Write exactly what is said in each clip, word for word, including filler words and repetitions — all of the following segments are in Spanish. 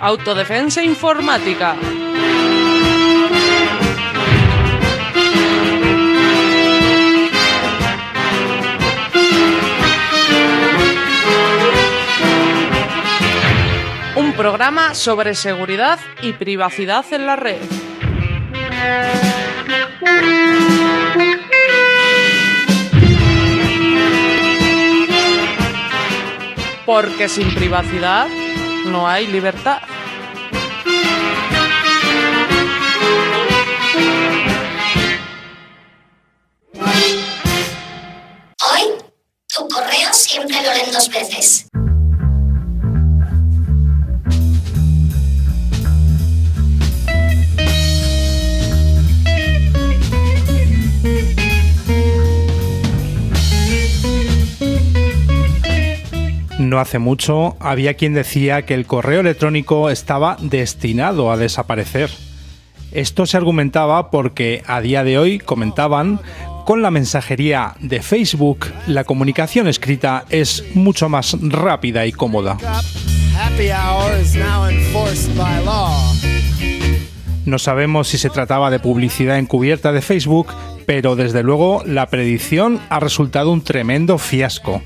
Autodefensa informática. Un programa sobre seguridad y privacidad en la red. Porque sin privacidad no hay libertad. Hoy, tu correo siempre lo leen dos veces. No hace mucho había quien decía que el correo electrónico estaba destinado a desaparecer. Esto se argumentaba porque a día de hoy, comentaban, con la mensajería de Facebook la comunicación escrita es mucho más rápida y cómoda. No sabemos si se trataba de publicidad encubierta de Facebook, pero desde luego la predicción ha resultado un tremendo fiasco.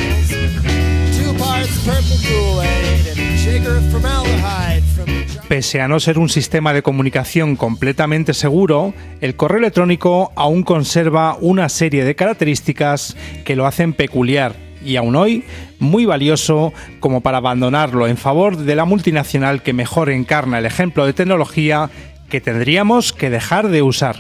Pese a no ser un sistema de comunicación completamente seguro, el correo electrónico aún conserva una serie de características que lo hacen peculiar y aún hoy muy valioso como para abandonarlo en favor de la multinacional que mejor encarna el ejemplo de tecnología que tendríamos que dejar de usar.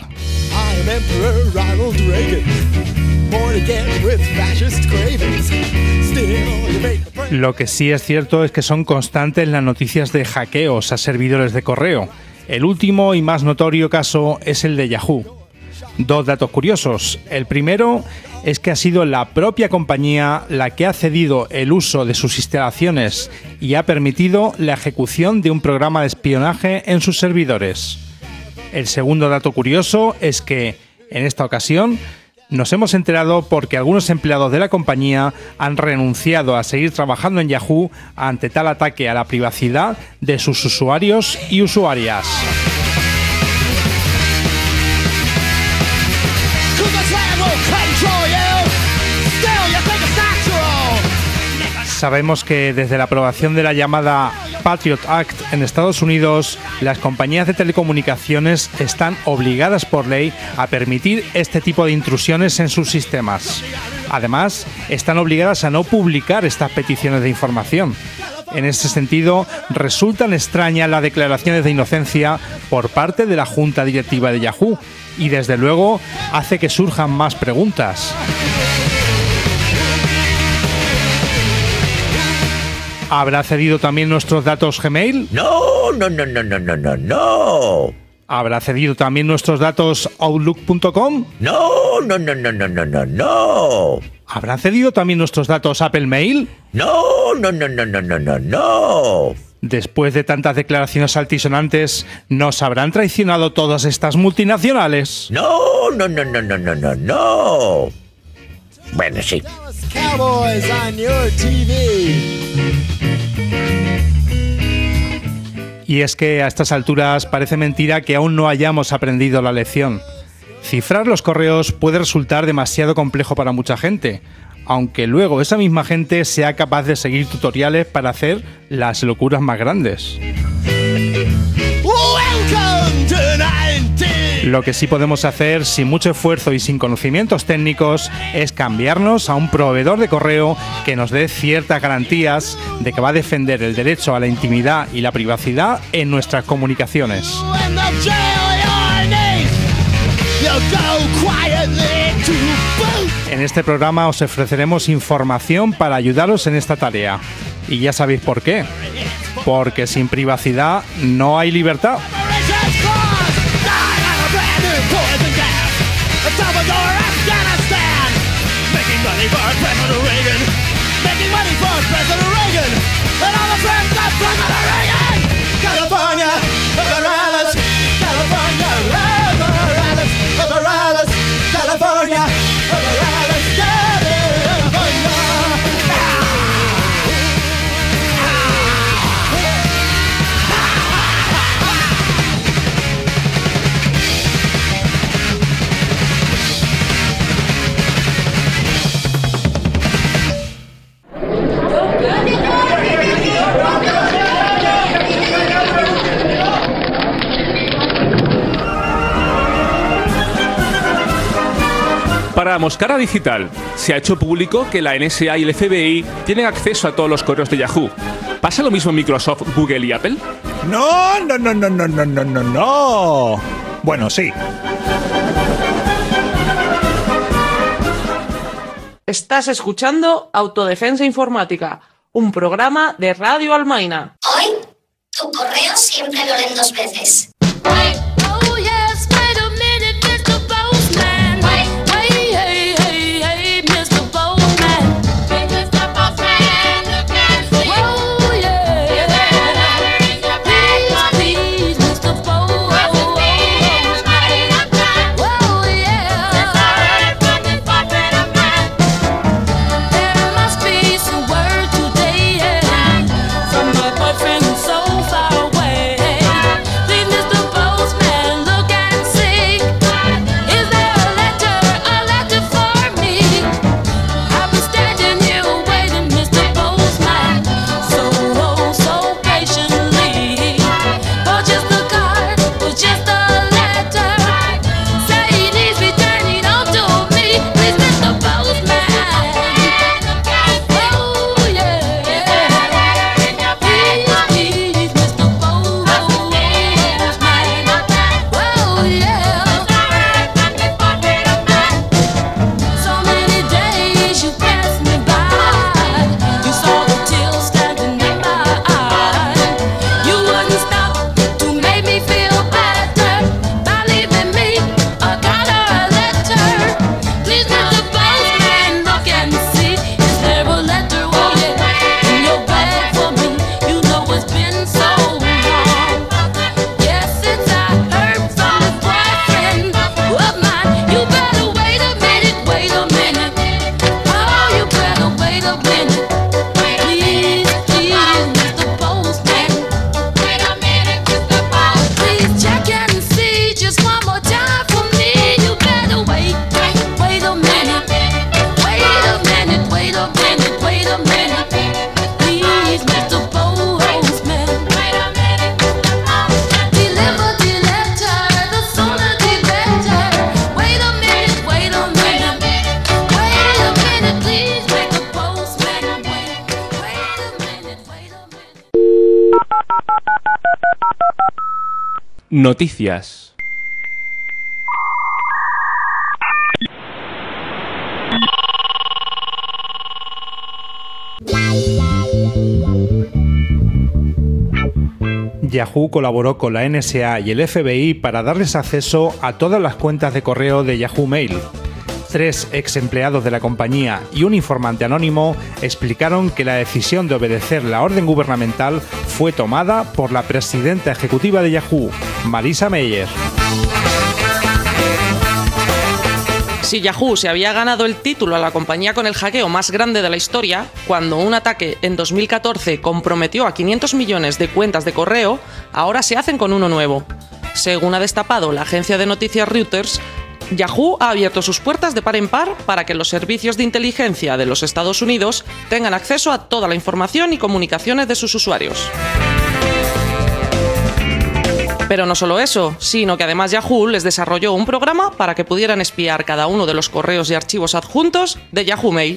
Lo que sí es cierto es que son constantes las noticias de hackeos a servidores de correo. El último y más notorio caso es el de Yahoo. Dos datos curiosos. El primero es que ha sido la propia compañía la que ha cedido el uso de sus instalaciones y ha permitido la ejecución de un programa de espionaje en sus servidores. El segundo dato curioso es que, en esta ocasión, nos hemos enterado porque algunos empleados de la compañía han renunciado a seguir trabajando en Yahoo ante tal ataque a la privacidad de sus usuarios y usuarias. Sabemos que desde la aprobación de la llamada Patriot Act en Estados Unidos, las compañías de telecomunicaciones están obligadas por ley a permitir este tipo de intrusiones en sus sistemas. Además, están obligadas a no publicar estas peticiones de información. En este sentido, resultan extrañas las declaraciones de inocencia por parte de la Junta Directiva de Yahoo y, desde luego, hace que surjan más preguntas. ¿Habrá cedido también nuestros datos Gmail? No, no, no, no, no, no, no, no. ¿Habrá cedido también nuestros datos Outlook punto com? No, no, no, no, no, no, no, no. ¿Habrán cedido también nuestros datos Apple Mail? No, no, no, no, no, no, no, no. Después de tantas declaraciones altisonantes, ¿nos habrán traicionado todas estas multinacionales? No, no, no, no, no, no, no, no. Bueno, sí. Cowboys on your T V. Y es que a estas alturas parece mentira que aún no hayamos aprendido la lección. Cifrar los correos puede resultar demasiado complejo para mucha gente, aunque luego esa misma gente sea capaz de seguir tutoriales para hacer las locuras más grandes. Lo que sí podemos hacer sin mucho esfuerzo y sin conocimientos técnicos es cambiarnos a un proveedor de correo que nos dé ciertas garantías de que va a defender el derecho a la intimidad y la privacidad en nuestras comunicaciones. En este programa os ofreceremos información para ayudaros en esta tarea. Y ya sabéis por qué. Porque sin privacidad no hay libertad. Moscara Digital. Se ha hecho público que la N S A y el F B I tienen acceso a todos los correos de Yahoo. ¿Pasa lo mismo en Microsoft, Google y Apple? No, no, no, no, no, no, no, no, no. Bueno, sí. Estás escuchando Autodefensa Informática, un programa de Radio Almaina. Hoy, tu correo siempre lo leen dos veces. Noticias. Yahoo colaboró con la N S A y el F B I para darles acceso a todas las cuentas de correo de Yahoo Mail. Tres ex empleados de la compañía y un informante anónimo explicaron que la decisión de obedecer la orden gubernamental fue tomada por la presidenta ejecutiva de Yahoo, Marissa Mayer. Si Yahoo se había ganado el título a la compañía con el hackeo más grande de la historia, cuando un ataque en dos mil catorce comprometió a quinientos millones de cuentas de correo, ahora se hacen con uno nuevo. Según ha destapado la agencia de noticias Reuters, Yahoo ha abierto sus puertas de par en par para que los servicios de inteligencia de los Estados Unidos tengan acceso a toda la información y comunicaciones de sus usuarios. Pero no solo eso, sino que además Yahoo les desarrolló un programa para que pudieran espiar cada uno de los correos y archivos adjuntos de Yahoo Mail.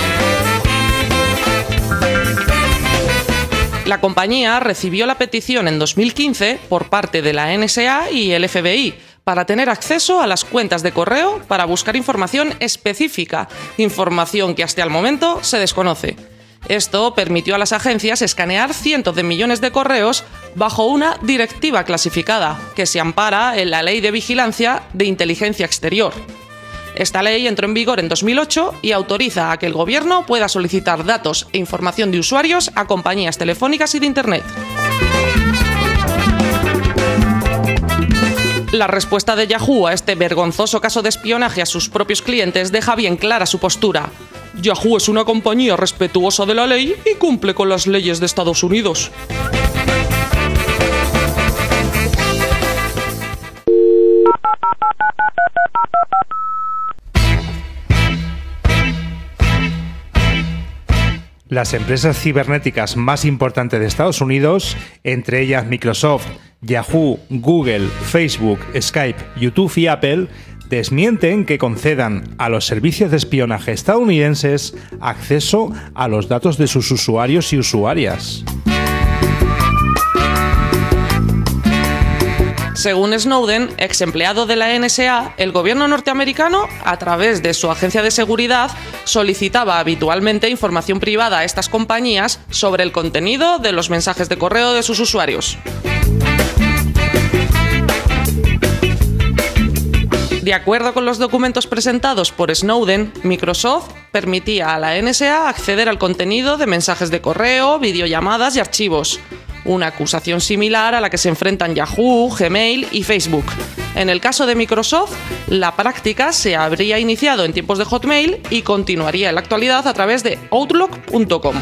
La compañía recibió la petición en dos mil quince por parte de la N S A y el F B I para tener acceso a las cuentas de correo para buscar información específica, información que hasta el momento se desconoce. Esto permitió a las agencias escanear cientos de millones de correos bajo una directiva clasificada, que se ampara en la Ley de Vigilancia de Inteligencia Exterior. Esta ley entró en vigor en dos mil ocho y autoriza a que el gobierno pueda solicitar datos e información de usuarios a compañías telefónicas y de Internet. La respuesta de Yahoo a este vergonzoso caso de espionaje a sus propios clientes deja bien clara su postura. Yahoo es una compañía respetuosa de la ley y cumple con las leyes de Estados Unidos. Las empresas cibernéticas más importantes de Estados Unidos, entre ellas Microsoft, Yahoo, Google, Facebook, Skype, YouTube y Apple, desmienten que concedan a los servicios de espionaje estadounidenses acceso a los datos de sus usuarios y usuarias. Según Snowden, ex empleado de la N S A, el gobierno norteamericano, a través de su agencia de seguridad, solicitaba habitualmente información privada a estas compañías sobre el contenido de los mensajes de correo de sus usuarios. De acuerdo con los documentos presentados por Snowden, Microsoft permitía a la N S A acceder al contenido de mensajes de correo, videollamadas y archivos. Una acusación similar a la que se enfrentan Yahoo, Gmail y Facebook. En el caso de Microsoft, la práctica se habría iniciado en tiempos de Hotmail y continuaría en la actualidad a través de Outlook punto com.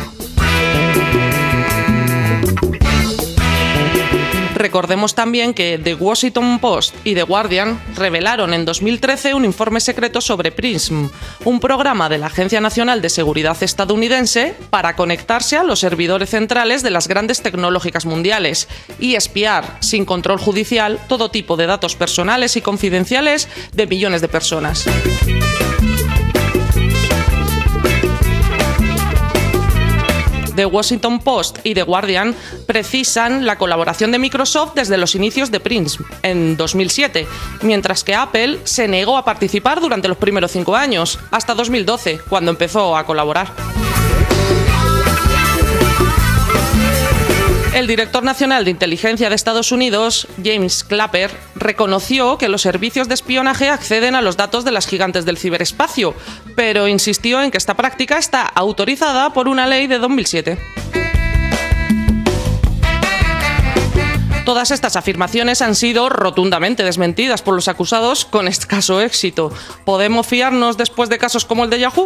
Recordemos también que The Washington Post y The Guardian revelaron en dos mil trece un informe secreto sobre Prism, un programa de la Agencia Nacional de Seguridad estadounidense para conectarse a los servidores centrales de las grandes tecnológicas mundiales y espiar, sin control judicial, todo tipo de datos personales y confidenciales de millones de personas. The Washington Post y The Guardian precisan la colaboración de Microsoft desde los inicios de Prism, en dos mil siete, mientras que Apple se negó a participar durante los primeros cinco años, hasta dos mil doce, cuando empezó a colaborar. El director nacional de inteligencia de Estados Unidos, James Clapper, reconoció que los servicios de espionaje acceden a los datos de las gigantes del ciberespacio, pero insistió en que esta práctica está autorizada por una ley de dos mil siete. Todas estas afirmaciones han sido rotundamente desmentidas por los acusados con escaso éxito. ¿Podemos fiarnos después de casos como el de Yahoo?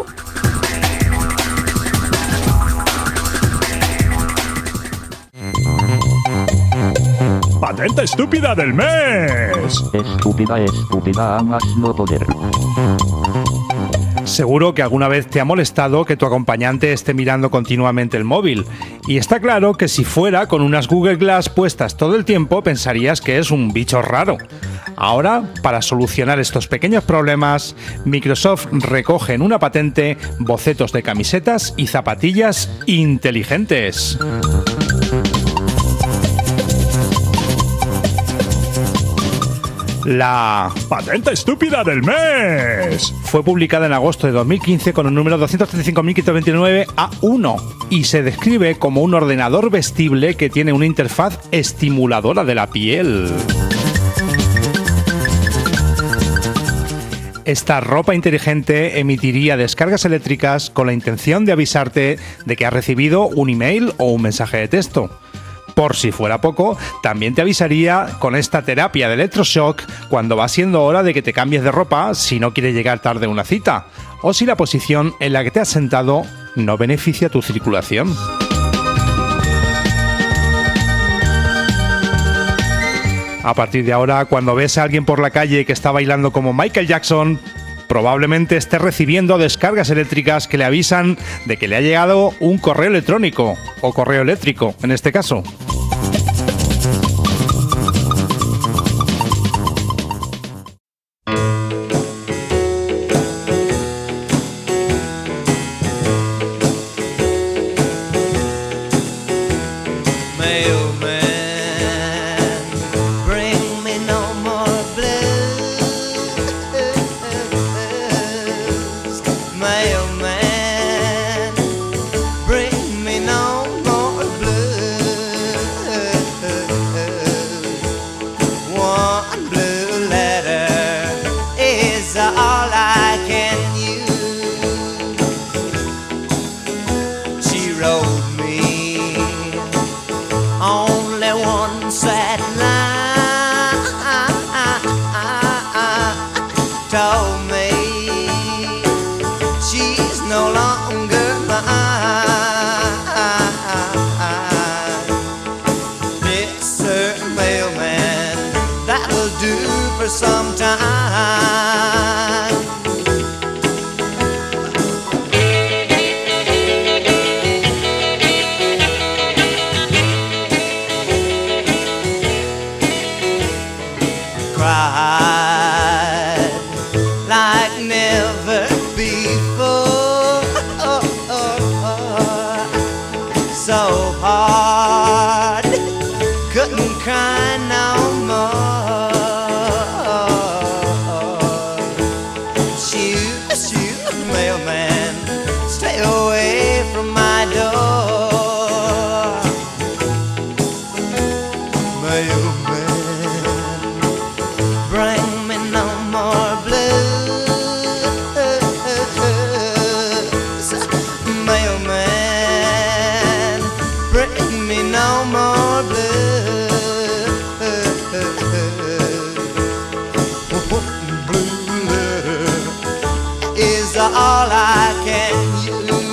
¡Patente estúpida del mes! Estúpida, estúpida, a más no poder. Seguro que alguna vez te ha molestado que tu acompañante esté mirando continuamente el móvil. Y está claro que si fuera con unas Google Glass puestas todo el tiempo, pensarías que es un bicho raro. Ahora, para solucionar estos pequeños problemas, Microsoft recoge en una patente bocetos de camisetas y zapatillas inteligentes. La ¡Patente estúpida del mes! fue publicada en agosto de dos mil quince con el número doscientos treinta y cinco mil quinientos veintinueve A uno y se describe como un ordenador vestible que tiene una interfaz estimuladora de la piel. Esta ropa inteligente emitiría descargas eléctricas con la intención de avisarte de que has recibido un email o un mensaje de texto. Por si fuera poco, también te avisaría con esta terapia de electroshock cuando va siendo hora de que te cambies de ropa si no quieres llegar tarde a una cita, o si la posición en la que te has sentado no beneficia tu circulación. A partir de ahora, cuando ves a alguien por la calle que está bailando como Michael Jackson, probablemente esté recibiendo descargas eléctricas que le avisan de que le ha llegado un correo electrónico, o correo eléctrico en este caso. mine no more. Shoot, shoot, mailman, stay away from my door. Mailman, bring me no more blues. Mailman, bring me no more blues. Blue letter is all I can use.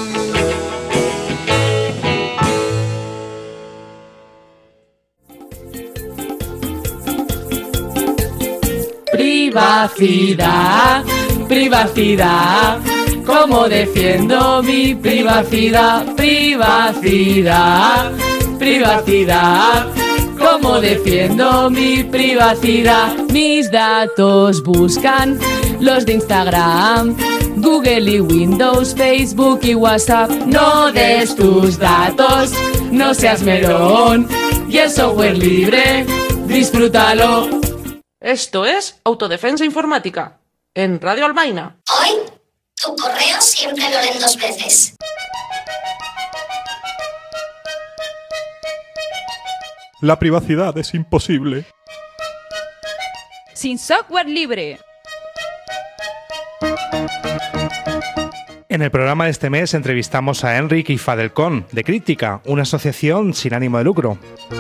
Privacidad, privacidad, ¿cómo defiendo mi privacidad? Privacidad, privacidad, ¿cómo defiendo mi privacidad? Mis datos buscan los de Instagram, Google y Windows, Facebook y WhatsApp. No des tus datos, no seas melón, y el software libre, disfrútalo. Esto es Autodefensa Informática, en Radio Albaina. Hoy, tu correo siempre lo leen dos veces. La privacidad es imposible. Sin software libre. En el programa de este mes entrevistamos a Enric y Fadelcon, de Críptica, una asociación sin ánimo de lucro.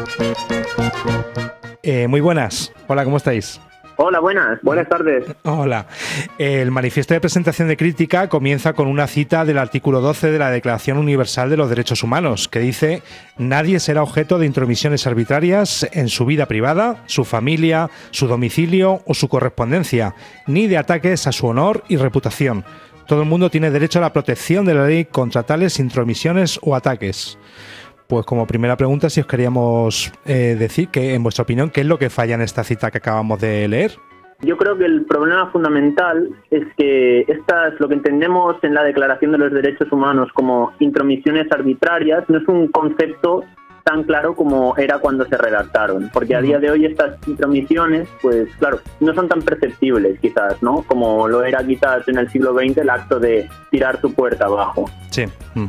Eh, muy buenas. Hola, ¿cómo estáis? Hola, buenas. Buenas tardes. Hola. El manifiesto de presentación de Críptica comienza con una cita del artículo doce de la Declaración Universal de los Derechos Humanos, que dice: nadie será objeto de intromisiones arbitrarias en su vida privada, su familia, su domicilio o su correspondencia, ni de ataques a su honor y reputación. Todo el mundo tiene derecho a la protección de la ley contra tales intromisiones o ataques. Pues como primera pregunta, si os queríamos eh, decir que, en vuestra opinión, ¿qué es lo que falla en esta cita que acabamos de leer? Yo creo que el problema fundamental es que estas, lo que entendemos en la Declaración de los Derechos Humanos como intromisiones arbitrarias, no es un concepto tan claro como era cuando se redactaron, porque a día de hoy estas intromisiones, pues claro, no son tan perceptibles quizás, ¿no? Como lo era quizás en el siglo veinte el acto de tirar tu puerta abajo. Sí. Mm.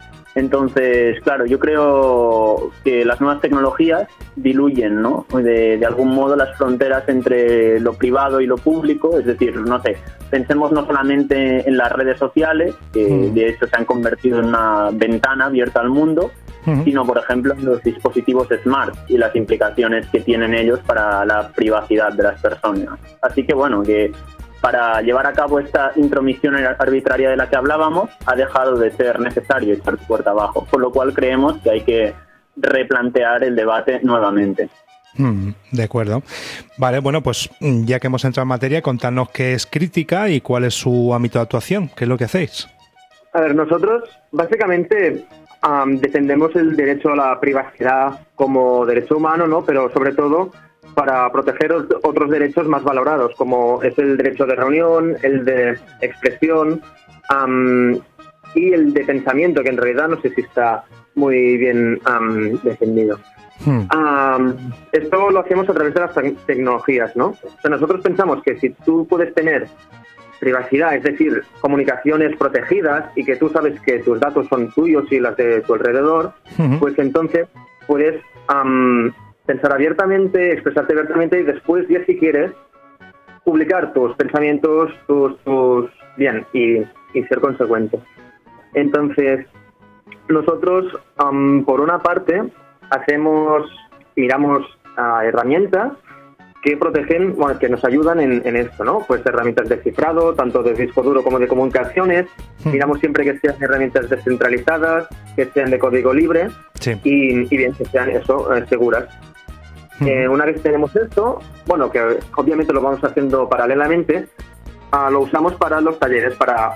Entonces, claro, yo creo que las nuevas tecnologías diluyen, ¿no? De, de algún modo las fronteras entre lo privado y lo público, es decir, no sé, pensemos no solamente en las redes sociales, que mm. de hecho se han convertido en una ventana abierta al mundo, mm. sino, por ejemplo, en los dispositivos smart y las implicaciones que tienen ellos para la privacidad de las personas. Así que, bueno, que para llevar a cabo esta intromisión arbitraria de la que hablábamos, ha dejado de ser necesario echar tu puerta abajo, por lo cual creemos que hay que replantear el debate nuevamente. Mm, de acuerdo. Vale, bueno, pues ya que hemos entrado en materia, contadnos qué es Críptica y cuál es su ámbito de actuación, qué es lo que hacéis. A ver, nosotros básicamente um, defendemos el derecho a la privacidad como derecho humano, ¿no? Pero sobre todo para proteger otros derechos más valorados, como es el derecho de reunión, el de expresión um, y el de pensamiento, que en realidad no sé si está muy bien um, defendido. Hmm. Um, esto lo hacemos a través de las te- tecnologías, ¿no? O sea, nosotros pensamos que si tú puedes tener privacidad, es decir, comunicaciones protegidas y que tú sabes que tus datos son tuyos y las de tu alrededor, hmm. pues entonces puedes Um, pensar abiertamente, expresarte abiertamente y después, ya si quieres, publicar tus pensamientos, tus, tus bien, y, y ser consecuente. Entonces, nosotros, um, por una parte, hacemos, miramos uh, herramientas que protegen, bueno, que nos ayudan en, en esto, ¿no? Pues herramientas de cifrado, tanto de disco duro como de comunicaciones. Miramos siempre que sean herramientas descentralizadas, que sean de código libre, sí. y, y bien, que sean eso, eh, seguras. Eh, una vez tenemos esto, bueno, que obviamente lo vamos haciendo paralelamente, uh, lo usamos para los talleres, para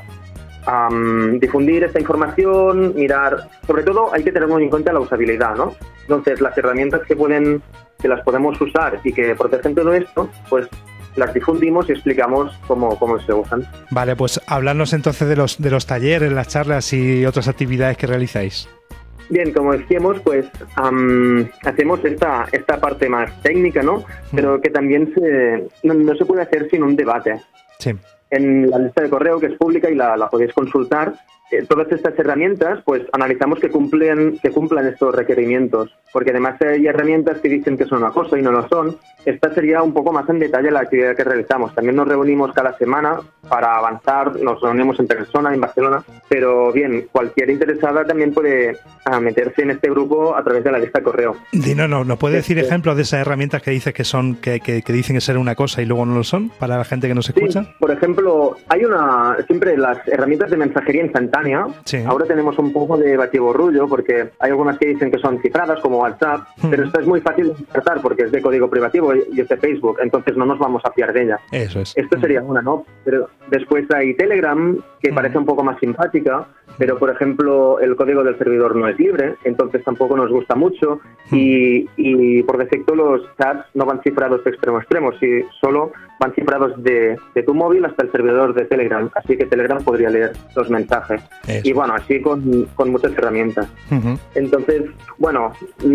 um, difundir esta información, mirar, sobre todo hay que tener muy en cuenta la usabilidad, ¿no? Entonces, las herramientas que pueden, que las podemos usar y que protegen todo esto, pues las difundimos y explicamos cómo, cómo se usan. Vale, pues hablarnos entonces de los, de los talleres, las charlas y otras actividades que realizáis. Bien, como decíamos, pues um, hacemos esta esta parte más técnica, ¿no? Pero que también se, no, no se puede hacer sin un debate. Sí. En la lista de correo, que es pública y la, la podéis consultar, eh, todas estas herramientas, pues analizamos que cumplen que cumplan estos requerimientos, porque además hay herramientas que dicen que son una cosa y no lo son. Esta sería un poco más en detalle la actividad que realizamos. También nos reunimos cada semana para avanzar, nos reunimos en persona, en Barcelona, pero bien, cualquier interesada también puede a, meterse en este grupo a través de la lista de correo. Dino, no, ¿no puede decir ejemplos de esas herramientas que dices que son, que, que, que dicen que ser una cosa y luego no lo son, para la gente que nos escucha? Sí, por ejemplo, hay una, siempre las herramientas de mensajería instantánea, sí. Ahora tenemos un poco de batiborrullo porque hay algunas que dicen que son cifradas como WhatsApp, hmm. pero esto es muy fácil de insertar porque es de código privativo y es de Facebook, entonces no nos vamos a fiar de ella. Eso es. Esto sería una, ¿no? Pero después hay Telegram, que hmm. parece un poco más simpática, pero por ejemplo el código del servidor no es libre, entonces tampoco nos gusta mucho hmm. y, y por defecto los chats no van cifrados de extremo a extremo, si solo van cifrados de, de tu móvil hasta el servidor de Telegram, así que Telegram podría leer los mensajes. Eso. Y bueno, así con, con muchas herramientas. Uh-huh. Entonces, bueno,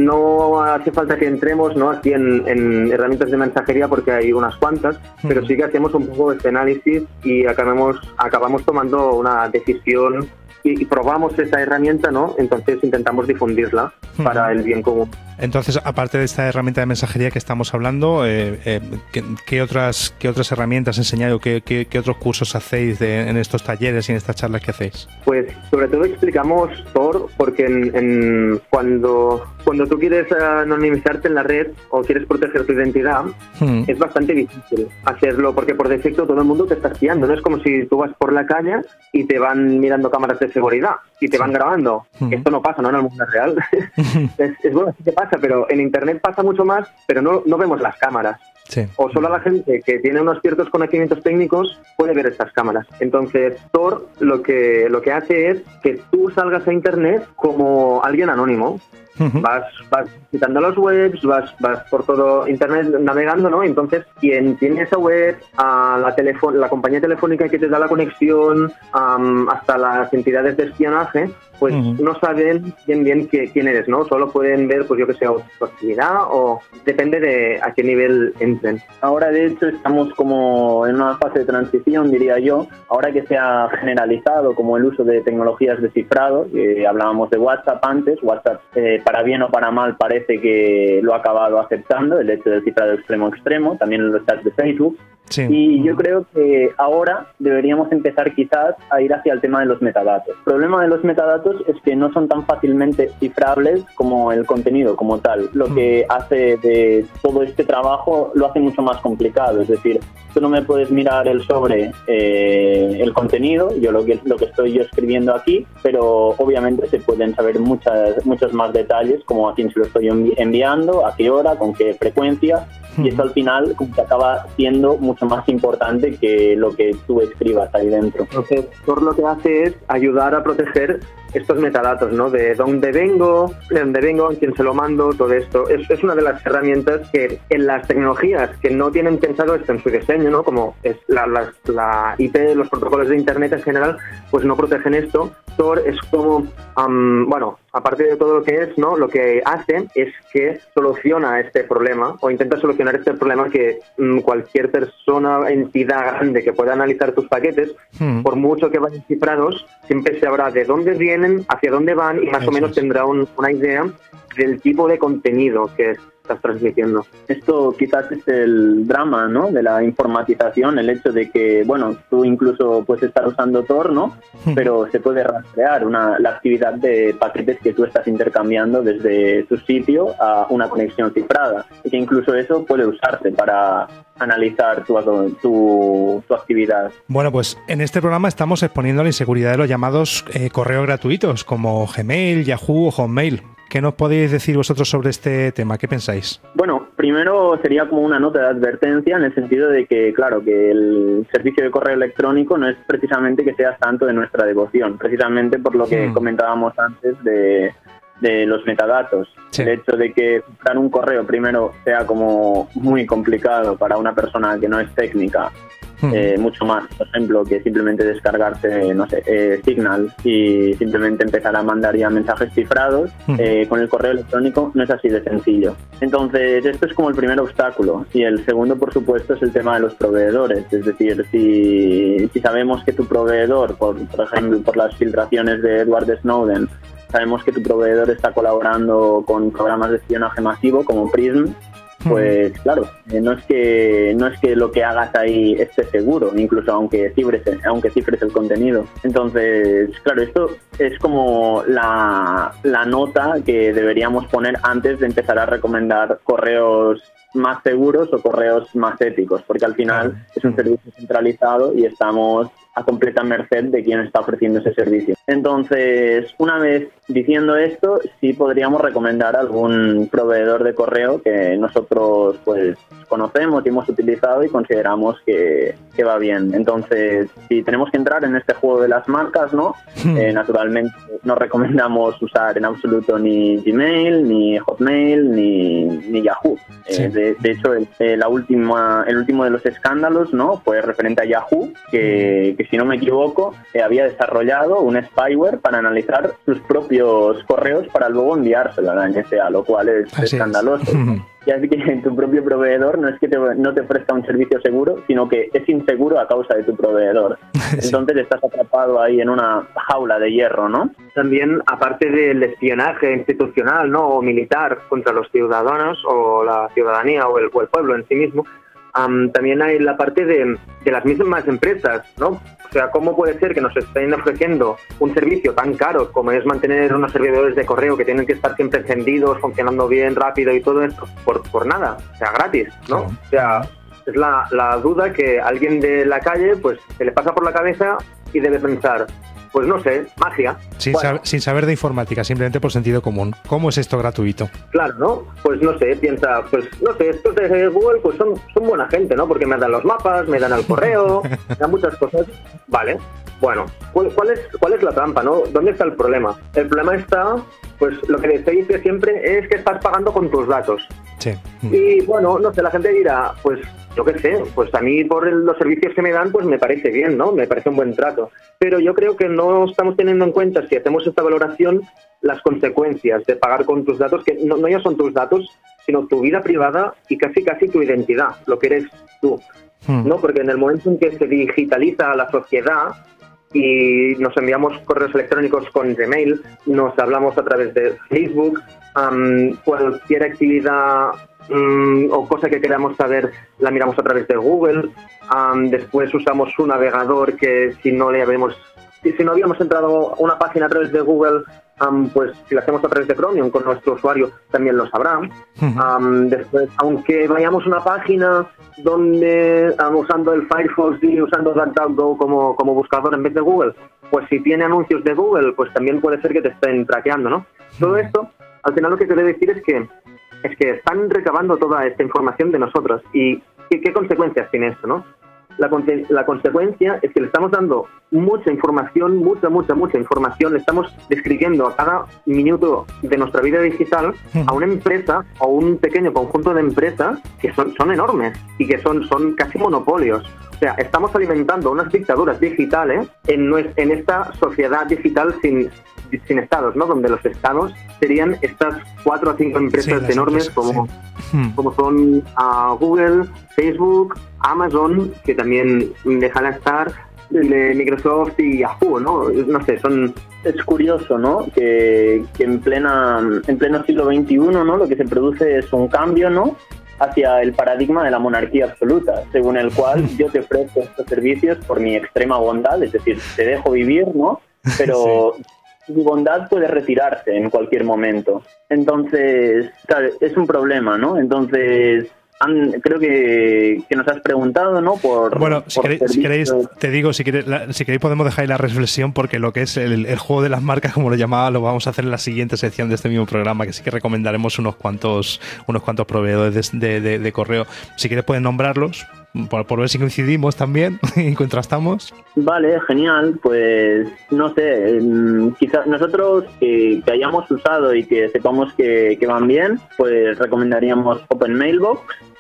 no hace falta que entremos, ¿no?, aquí en, en herramientas de mensajería porque hay unas cuantas, uh-huh. pero sí que hacemos un poco este análisis y acabamos, acabamos tomando una decisión y probamos esa herramienta, ¿no? Entonces intentamos difundirla uh-huh. para el bien común. Entonces, aparte de esta herramienta de mensajería que estamos hablando, eh, eh, ¿qué, qué, otras, ¿qué otras herramientas enseñáis o qué, qué, qué otros cursos hacéis de, en estos talleres y en estas charlas que hacéis? Pues sobre todo explicamos Tor porque en, en cuando, cuando tú quieres anonimizarte en la red o quieres proteger tu identidad, uh-huh. es bastante difícil hacerlo porque por defecto todo el mundo te está espiando. No es como si tú vas por la calle y te van mirando cámaras de seguridad y te sí. van grabando. Uh-huh. Esto no pasa, ¿no?, en el mundo real. Uh-huh. es, es bueno, sí que pasa, pero en Internet pasa mucho más, pero no, no vemos las cámaras. Sí. O solo la gente que tiene unos ciertos conocimientos técnicos puede ver estas cámaras. Entonces, Tor lo que, lo que hace es que tú salgas a Internet como alguien anónimo. Uh-huh. Vas, vas visitando las webs, vas, vas por todo Internet navegando, ¿no? Entonces, quien tiene esa web, a la, telefo- la compañía telefónica que te da la conexión, um, hasta las entidades de espionaje, pues uh-huh. no saben bien bien que, quién eres, ¿no? Solo pueden ver, pues yo que sé, tu actividad o depende de a qué nivel entren. Ahora, de hecho, estamos como en una fase de transición, diría yo. Ahora que se ha generalizado como el uso de tecnologías de cifrado, eh, hablábamos de WhatsApp antes, WhatsApp eh, para bien o para mal parece que lo ha acabado aceptando, el hecho del cifrado extremo a extremo, también en los chats de Facebook. Sí. Y yo creo que ahora deberíamos empezar quizás a ir hacia el tema de los metadatos. El problema de los metadatos es que no son tan fácilmente cifrables como el contenido como tal. Lo mm. que hace de todo este trabajo lo hace mucho más complicado. Es decir, tú no me puedes mirar el sobre eh, el contenido, yo lo que, lo que estoy yo escribiendo aquí, pero obviamente se pueden saber muchas, muchos más detalles, como a quién se lo estoy envi- enviando, a qué hora, con qué frecuencia, mm. y eso al final como que acaba siendo mucho más importante que lo que tú escribas ahí dentro. Entonces, Tor lo que hace es ayudar a proteger estos metadatos, ¿no? De dónde vengo, de dónde vengo, a quién se lo mando, todo esto. Es, es una de las herramientas que en las tecnologías que no tienen pensado esto en su diseño, ¿no? Como es la, la, la I P, los protocolos de Internet en general, pues no protegen esto. Tor es como, um, bueno, aparte de todo lo que es, ¿no? Lo que hace es que soluciona este problema o intenta solucionar este problema que um, cualquier persona, entidad grande que pueda analizar tus paquetes, hmm. por mucho que vayan cifrados, siempre sabrá de dónde vienen, hacia dónde van y más Eso o menos es. tendrá un, una idea del tipo de contenido que estás transmitiendo. Esto quizás es el drama, ¿no?, de la informatización, el hecho de que, bueno, tú incluso puedes estar usando Tor, ¿no?, pero se puede rastrear una, la actividad de paquetes que tú estás intercambiando desde tu sitio a una conexión cifrada, y que incluso eso puede usarse para analizar tu, tu, tu actividad. Bueno, pues en este programa estamos exponiendo la inseguridad de los llamados eh, correos gratuitos como Gmail, Yahoo o Hotmail. ¿Qué nos podéis decir vosotros sobre este tema? ¿Qué pensáis? Bueno, primero sería como una nota de advertencia en el sentido de que, claro, que el servicio de correo electrónico no es precisamente que sea santo de nuestra devoción, precisamente por lo que hmm. comentábamos antes de, de los metadatos. Sí. El hecho de que cifrar un correo primero sea como muy complicado para una persona que no es técnica eh, mucho más, por ejemplo, que simplemente descargarse, no sé, eh, Signal y simplemente empezar a mandar ya mensajes cifrados. Eh, con el correo electrónico no es así de sencillo. Entonces, esto es como el primer obstáculo. Y el segundo, por supuesto, es el tema de los proveedores. Es decir, si, si sabemos que tu proveedor, por, por ejemplo, por las filtraciones de Edward Snowden, sabemos que tu proveedor está colaborando con programas de espionaje masivo como PRISM, pues claro, eh, no es que no es que lo que hagas ahí esté seguro, incluso aunque cifres, aunque cifres el contenido. Entonces, claro, esto es como la, la nota que deberíamos poner antes de empezar a recomendar correos más seguros o correos más éticos, porque al final es un servicio centralizado y estamos a completa merced de quien está ofreciendo ese servicio. Entonces, una vez diciendo esto, sí podríamos recomendar algún proveedor de correo que nosotros pues conocemos y hemos utilizado y consideramos que, que va bien. Entonces, si tenemos que entrar en este juego de las marcas, ¿no? Eh, naturalmente no recomendamos usar en absoluto ni Gmail, ni Hotmail, ni, ni Yahoo. Sí. Eh, de, de hecho, el, eh, la última, el último de los escándalos, ¿no? Fue referente a Yahoo, que, que si no me equivoco, eh, había desarrollado un spyware para analizar sus propios correos para luego enviárselo a la N S A, lo cual es Así escandaloso. Es. Y así que tu propio proveedor no es que te, no te presta un servicio seguro, sino que es inseguro a causa de tu proveedor. Entonces estás atrapado ahí en una jaula de hierro, ¿no? También, aparte del espionaje institucional, ¿no?, o militar contra los ciudadanos o la ciudadanía o el, o el pueblo en sí mismo, Um, también hay la parte de, de las mismas empresas, ¿no? O sea, ¿cómo puede ser que nos estén ofreciendo un servicio tan caro como es mantener unos servidores de correo que tienen que estar siempre encendidos, funcionando bien, rápido y todo esto, por, por nada, o sea, gratis, ¿no? Claro. O sea, es la, la duda que alguien de la calle pues se le pasa por la cabeza y debe pensar, pues no sé, magia. Sin, bueno, sab- sin saber de informática, simplemente por sentido común. ¿Cómo es esto gratuito? Claro, ¿no? Pues no sé, piensa, pues no sé, estos de Google pues son, son buena gente, ¿no? Porque me dan los mapas, me dan el correo, me dan muchas cosas. Vale, bueno, ¿cuál, cuál, es, ¿cuál es la trampa, no? ¿Dónde está el problema? El problema está, pues lo que se dice siempre es que estás pagando con tus datos. Sí. Y bueno, no sé, la gente dirá, pues yo qué sé, pues a mí por el, los servicios que me dan, pues me parece bien, ¿no? Me parece un buen trato. Pero yo creo que no estamos teniendo en cuenta, si hacemos esta valoración, las consecuencias de pagar con tus datos, que no, no ya son tus datos, sino tu vida privada y casi casi tu identidad, lo que eres tú, hmm. ¿no? Porque en el momento en que se digitaliza la sociedad y nos enviamos correos electrónicos con Gmail, nos hablamos a través de Facebook, um, cualquier actividad um, o cosa que queramos saber la miramos a través de Google, um, después usamos un navegador que si no le habíamos, si, si no habíamos entrado a una página a través de Google, um, pues si la hacemos a través de Chromium con nuestro usuario también lo sabrá. Uh-huh. Um, después, aunque vayamos a una página donde um, usando el Firefox y usando DuckDuckGo como, como buscador en vez de Google, pues si tiene anuncios de Google, pues también puede ser que te estén traqueando, ¿no? Uh-huh. Todo esto, al final lo que quiero decir es que es que están recabando toda esta información de nosotros. ¿Y qué, qué consecuencias tiene esto, no? La, la consecuencia es que le estamos dando mucha información, mucha, mucha, mucha información, le estamos describiendo a cada minuto de nuestra vida digital a una empresa o un pequeño conjunto de empresas que son, son enormes y que son, son casi monopolios. O sea, estamos alimentando unas dictaduras digitales en, nuestra, en esta sociedad digital sin, sin estados, ¿no? Donde los estados serían estas cuatro o cinco empresas sí, enormes empresas, como, sí. como son uh, Google, Facebook, Amazon, que también dejan estar, de Microsoft y Yahoo, ¿no? No sé, son... Es curioso, ¿no? Que, que en plena en pleno siglo veintiuno, ¿no? Lo que se produce es un cambio, ¿no? Hacia el paradigma de la monarquía absoluta, según el cual yo te ofrezco estos servicios por mi extrema bondad, es decir, te dejo vivir, ¿no? Pero sí. Tu bondad puede retirarse en cualquier momento. Entonces, claro, es un problema, ¿no? Entonces... creo que, que nos has preguntado, ¿no? Por, bueno, si, por queréis, si queréis, te digo, si queréis, la, si queréis podemos dejar ahí la reflexión, porque lo que es el, el juego de las marcas, como lo llamaba, lo vamos a hacer en la siguiente sección de este mismo programa, que sí que recomendaremos unos cuantos unos cuantos proveedores de, de, de correo. Si quieres pueden nombrarlos, por, por ver si coincidimos también y contrastamos. Vale, genial. Pues no sé, quizás nosotros que, que hayamos usado y que sepamos que, que van bien, pues recomendaríamos OpenMailbox,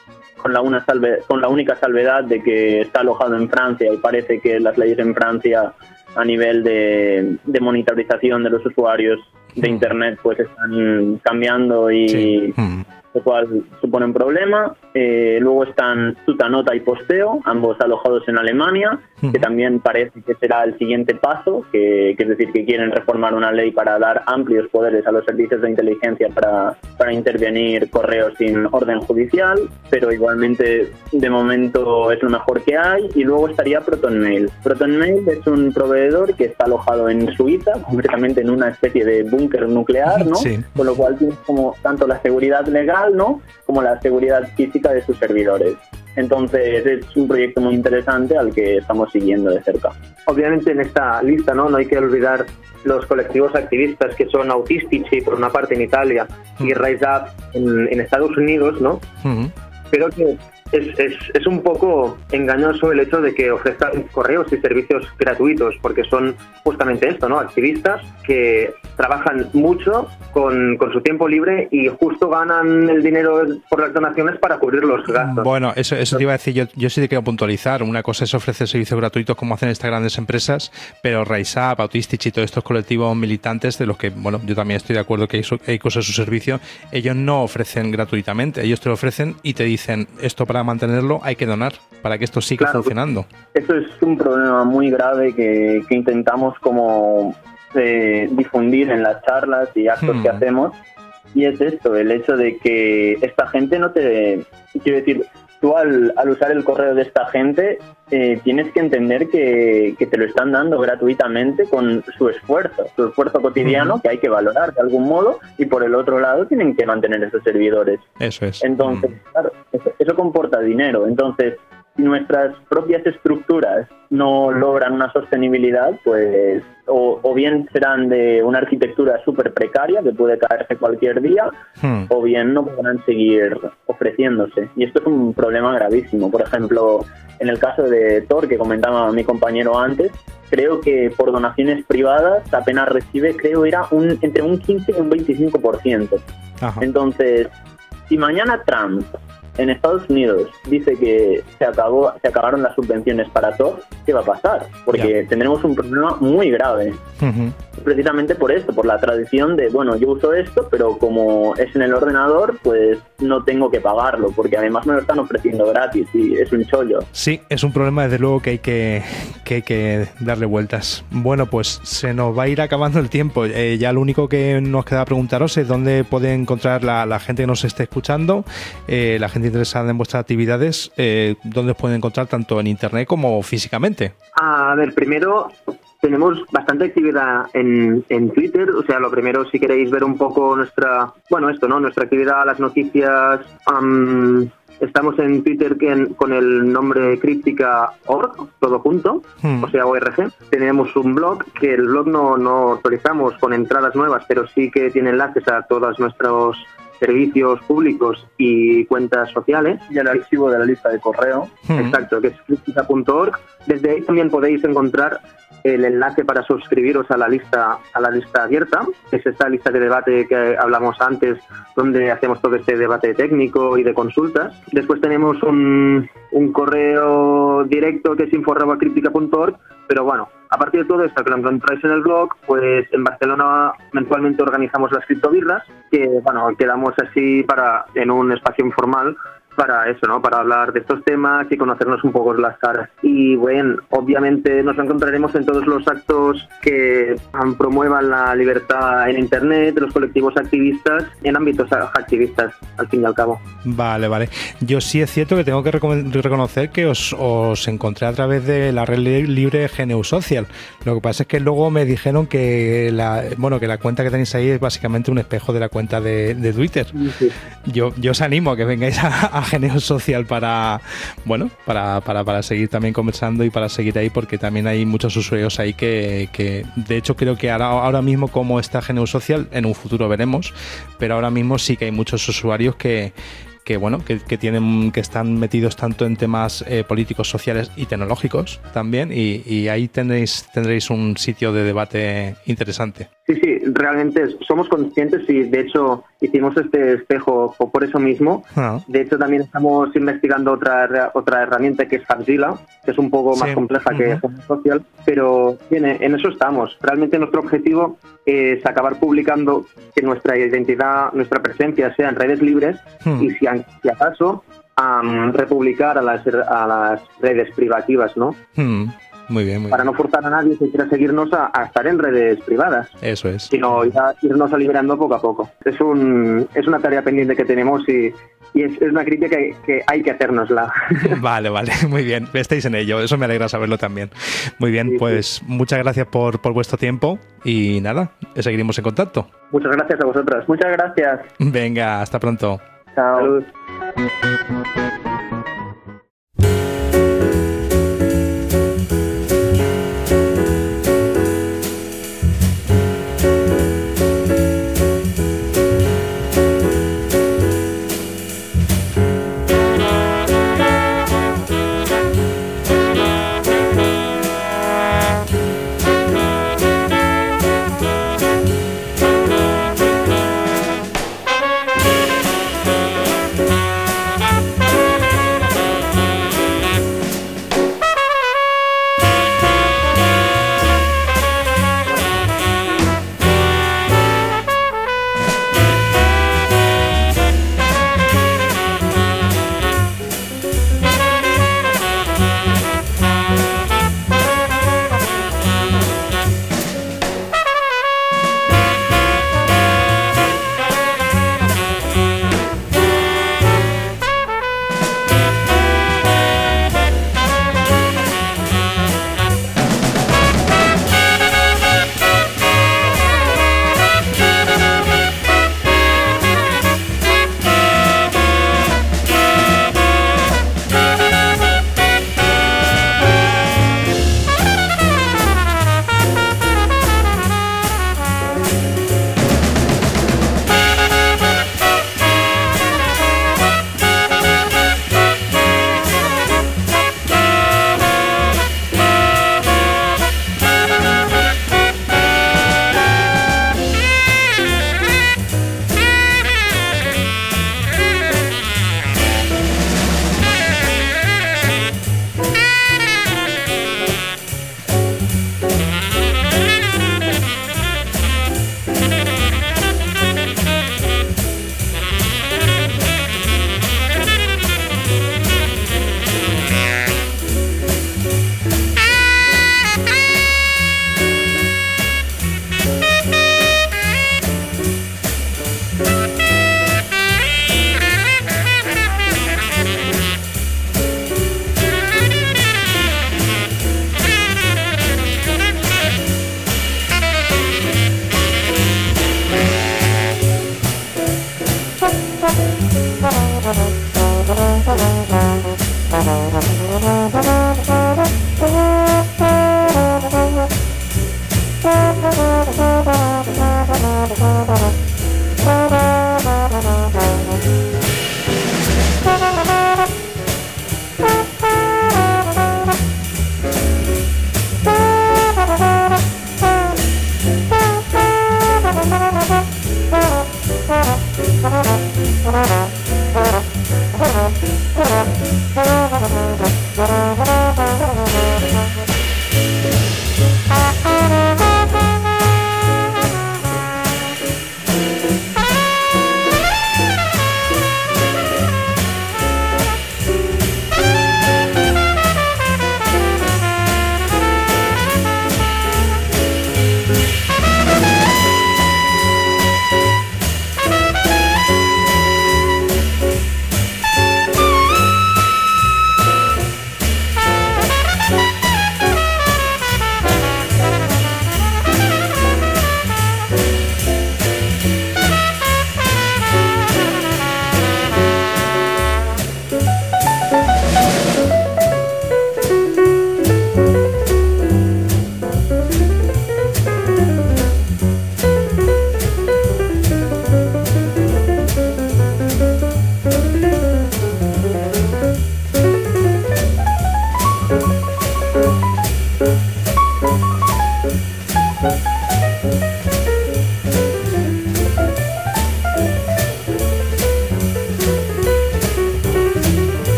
con la, una salve, con la única salvedad de que está alojado en Francia y parece que las leyes en Francia a nivel de, de monitorización de los usuarios de mm. Internet pues están cambiando y sí. mm. lo cual supone un problema. Eh, luego están Tutanota y Posteo, ambos alojados en Alemania, uh-huh. que también parece que será el siguiente paso, que, que es decir, que quieren reformar una ley para dar amplios poderes a los servicios de inteligencia para, para intervenir correos sin orden judicial, pero igualmente de momento es lo mejor que hay. Y luego estaría ProtonMail. ProtonMail es un proveedor que está alojado en Suiza, concretamente en una especie de búnker nuclear, ¿no? Sí. Con lo cual tiene como tanto la seguridad legal, ¿no?, como la seguridad física de sus servidores. Entonces es un proyecto muy interesante al que estamos siguiendo de cerca. Obviamente en esta lista no, no hay que olvidar los colectivos activistas que son Autistici por una parte en Italia uh-huh. y Rise Up en, en Estados Unidos, ¿no? Uh-huh. Pero que es, es, es un poco engañoso el hecho de que ofrezcan correos y servicios gratuitos, porque son justamente esto, ¿no? Activistas que trabajan mucho con, con su tiempo libre y justo ganan el dinero por las donaciones para cubrir los gastos. Bueno, eso, eso te iba a decir, yo, yo sí te quiero puntualizar. Una cosa es ofrecer servicios gratuitos como hacen estas grandes empresas, pero Rise Up, Autistici y todos estos colectivos militantes de los que, bueno, yo también estoy de acuerdo que hay, hay cosas de su servicio, ellos no ofrecen gratuitamente, ellos te lo ofrecen y te dicen, esto para mantenerlo hay que donar, para que esto siga claro, funcionando. Eso es un problema muy grave que, que intentamos como eh, difundir en las charlas y actos hmm. que hacemos, y es esto, el hecho de que esta gente no te... Quiero decir, tú al, al usar el correo de esta gente eh, tienes que entender que, que te lo están dando gratuitamente con su esfuerzo, su esfuerzo cotidiano, uh-huh. que hay que valorar de algún modo, y por el otro lado tienen que mantener esos servidores. Eso es. Entonces, uh-huh. claro, eso, eso comporta dinero. Entonces, si nuestras propias estructuras no logran una sostenibilidad, pues o, o bien serán de una arquitectura súper precaria que puede caerse cualquier día, hmm. o bien no podrán seguir ofreciéndose. Y esto es un problema gravísimo. Por ejemplo, en el caso de Tor, que comentaba mi compañero antes, creo que por donaciones privadas apenas recibe, creo era un entre un quince y un veinticinco por ciento. Ajá. Entonces, si mañana Trump en Estados Unidos dice que se acabó, se acabaron las subvenciones para Tor, ¿qué va a pasar? Porque yeah. tendremos un problema muy grave. Uh-huh. Precisamente por esto, por la tradición de, bueno, yo uso esto, pero como es en el ordenador, pues no tengo que pagarlo, porque además me lo están ofreciendo gratis y es un chollo. Sí, es un problema desde luego que hay que, que, hay que darle vueltas. Bueno, pues se nos va a ir acabando el tiempo. Eh, ya lo único que nos queda preguntaros es dónde puede encontrar la, la gente que nos esté escuchando, eh, la gente interesada en vuestras actividades, eh, dónde os pueden encontrar tanto en internet como físicamente. A ver, primero tenemos bastante actividad en, en Twitter, o sea, lo primero, si queréis ver un poco nuestra, bueno, esto, ¿no? Nuestra actividad, las noticias, um, estamos en Twitter con el nombre críptica punto org, todo junto, hmm. o sea, O R G. Tenemos un blog, que el blog no, no actualizamos con entradas nuevas, pero sí que tiene enlaces a todos nuestros servicios públicos y cuentas sociales. Y el archivo de la lista de correo. Hmm. Exacto, que es críptica punto org. Desde ahí también podéis encontrar el enlace para suscribiros a la lista a la lista abierta, que es esta lista de debate que hablamos antes, donde hacemos todo este debate técnico y de consultas. Después tenemos un, un correo directo que es info arroba críptica punto org, pero bueno, a partir de todo esto que lo encontráis en el blog, pues en Barcelona mensualmente organizamos las criptobirras, que bueno, quedamos así para en un espacio informal para eso, ¿no? Para hablar de estos temas y conocernos un poco las caras. Y bueno, obviamente nos encontraremos en todos los actos que um, promuevan la libertad en Internet, de los colectivos activistas, en ámbitos activistas, al fin y al cabo. Vale, vale. Yo sí es cierto que tengo que recon- reconocer que os, os encontré a través de la red libre G N U Social. Lo que pasa es que luego me dijeron que la, bueno, que la cuenta que tenéis ahí es básicamente un espejo de la cuenta de, de Twitter. Sí. Yo, yo os animo a que vengáis a, a G N U Social para, bueno, para, para, para seguir también conversando y para seguir ahí, porque también hay muchos usuarios ahí que, que de hecho creo que ahora, ahora mismo como está G N U Social, en un futuro veremos, pero ahora mismo sí que hay muchos usuarios que que bueno, que, que tienen, que están metidos tanto en temas eh, políticos, sociales y tecnológicos también, y, y ahí tendréis, tendréis un sitio de debate interesante. Sí, Sí, sí, realmente somos conscientes y de hecho hicimos este espejo por eso mismo. Ah. De hecho también estamos investigando otra otra herramienta que es Hubzilla, que es un poco más Sí. compleja que Uh-huh. Home Social, pero bien, en eso estamos. Realmente nuestro objetivo es acabar publicando que nuestra identidad, nuestra presencia sea en redes libres Hmm. y si, si acaso um, republicar a las, a las redes privativas, ¿no? Hmm. Muy bien, muy Para bien. no forzar a nadie que quiera seguirnos a, a estar en redes privadas, Eso es. sino ya irnos liberando poco a poco. Es un es una tarea pendiente que tenemos y, y es, es una crítica que, que hay que hacérnosla. Vale, vale, muy bien. Estáis en ello, eso me alegra saberlo también. Muy bien, Sí, pues muchas gracias por, por vuestro tiempo y nada, seguiremos en contacto. Muchas gracias a vosotras. Muchas gracias. Venga, hasta pronto. Chao. Salud.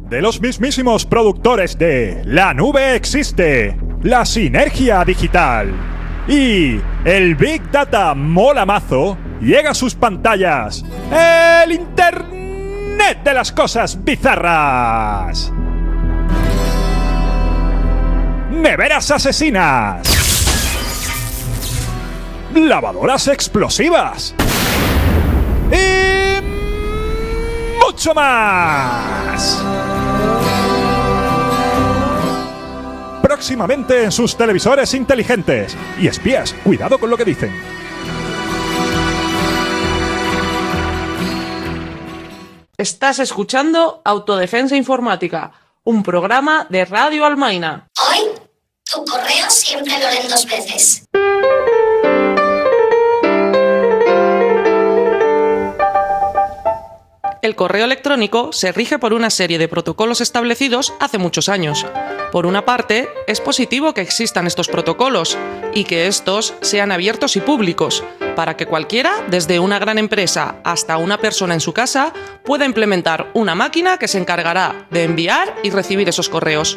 de los mismísimos productores de La Nube Existe, La Sinergia Digital y el Big Data mola mazo, llega a sus pantallas el Internet de las cosas bizarras. Neveras asesinas, lavadoras explosivas y mucho más. Próximamente en sus televisores inteligentes. Y espías, cuidado con lo que dicen. Estás escuchando Autodefensa Informática, un programa de Radio Almaina. Hoy, tu correo siempre lo leen dos veces. El correo electrónico se rige por una serie de protocolos establecidos hace muchos años. Por una parte, es positivo que existan estos protocolos y que estos sean abiertos y públicos, para que cualquiera, desde una gran empresa hasta una persona en su casa, pueda implementar una máquina que se encargará de enviar y recibir esos correos.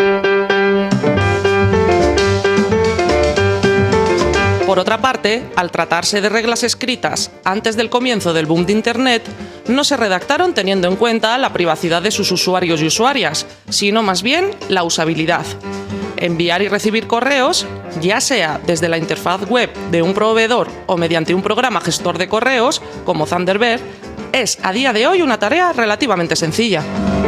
Por otra parte, al tratarse de reglas escritas antes del comienzo del boom de Internet, no se redactaron teniendo en cuenta la privacidad de sus usuarios y usuarias, sino más bien la usabilidad. Enviar y recibir correos, ya sea desde la interfaz web de un proveedor o mediante un programa gestor de correos, como Thunderbird, es a día de hoy una tarea relativamente sencilla.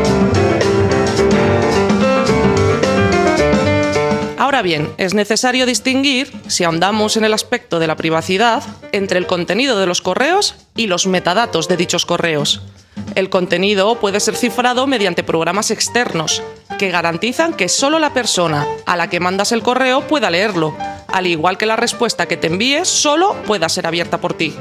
Ahora bien, es necesario distinguir, si ahondamos en el aspecto de la privacidad, entre el contenido de los correos y los metadatos de dichos correos. El contenido puede ser cifrado mediante programas externos, que garantizan que solo la persona a la que mandas el correo pueda leerlo, al igual que la respuesta que te envíes solo pueda ser abierta por ti.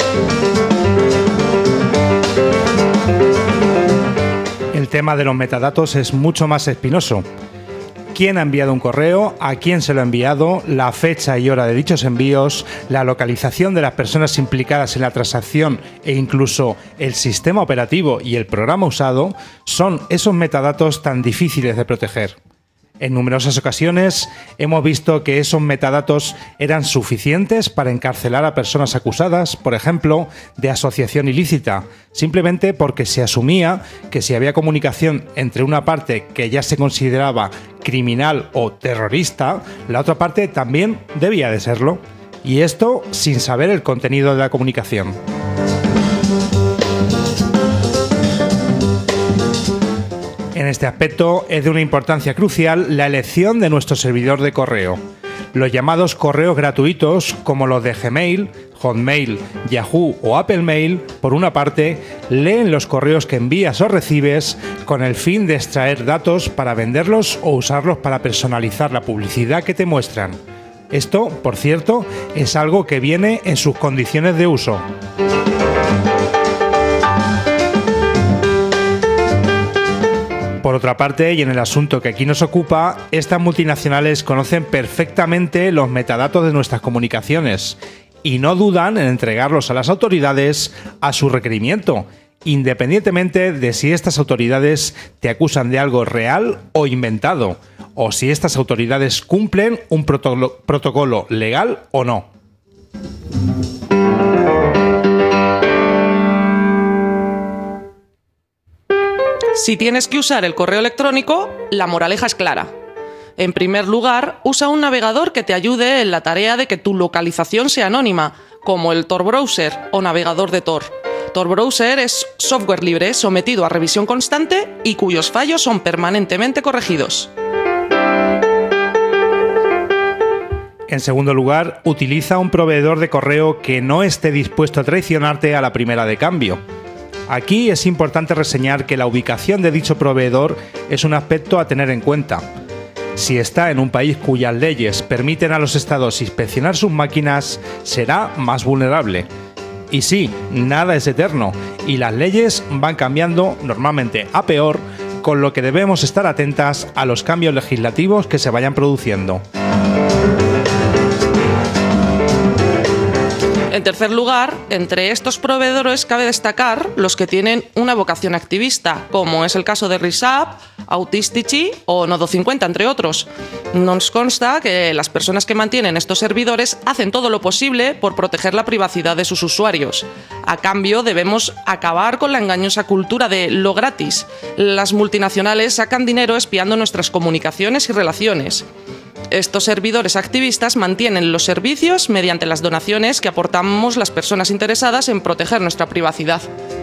El tema de los metadatos es mucho más espinoso. Quién ha enviado un correo, a quién se lo ha enviado, la fecha y hora de dichos envíos, la localización de las personas implicadas en la transacción e incluso el sistema operativo y el programa usado son esos metadatos tan difíciles de proteger. En numerosas ocasiones hemos visto que esos metadatos eran suficientes para encarcelar a personas acusadas, por ejemplo, de asociación ilícita, simplemente porque se asumía que si había comunicación entre una parte que ya se consideraba criminal o terrorista, la otra parte también debía de serlo, y esto sin saber el contenido de la comunicación. En este aspecto es de una importancia crucial la elección de nuestro servidor de correo. Los llamados correos gratuitos, como los de Gmail, Hotmail, Yahoo o Apple Mail, por una parte, leen los correos que envías o recibes con el fin de extraer datos para venderlos o usarlos para personalizar la publicidad que te muestran. Esto, por cierto, es algo que viene en sus condiciones de uso. Por otra parte, y en el asunto que aquí nos ocupa, estas multinacionales conocen perfectamente los metadatos de nuestras comunicaciones y no dudan en entregarlos a las autoridades a su requerimiento, independientemente de si estas autoridades te acusan de algo real o inventado, o si estas autoridades cumplen un protocolo, protocolo legal o no. Si tienes que usar el correo electrónico, la moraleja es clara. En primer lugar, usa un navegador que te ayude en la tarea de que tu localización sea anónima, como el Tor Browser o navegador de Tor. Tor Browser es software libre sometido a revisión constante y cuyos fallos son permanentemente corregidos. En segundo lugar, utiliza un proveedor de correo que no esté dispuesto a traicionarte a la primera de cambio. Aquí es importante reseñar que la ubicación de dicho proveedor es un aspecto a tener en cuenta. Si está en un país cuyas leyes permiten a los estados inspeccionar sus máquinas, será más vulnerable. Y sí, nada es eterno, y las leyes van cambiando normalmente a peor, con lo que debemos estar atentas a los cambios legislativos que se vayan produciendo. En tercer lugar, entre estos proveedores cabe destacar los que tienen una vocación activista, como es el caso de RISAP, Autistici o Nodo cincuenta, entre otros. Nos consta que las personas que mantienen estos servidores hacen todo lo posible por proteger la privacidad de sus usuarios. A cambio, debemos acabar con la engañosa cultura de lo gratis. Las multinacionales sacan dinero espiando nuestras comunicaciones y relaciones. Estos servidores activistas mantienen los servicios mediante las donaciones que aportamos las personas interesadas en proteger nuestra privacidad.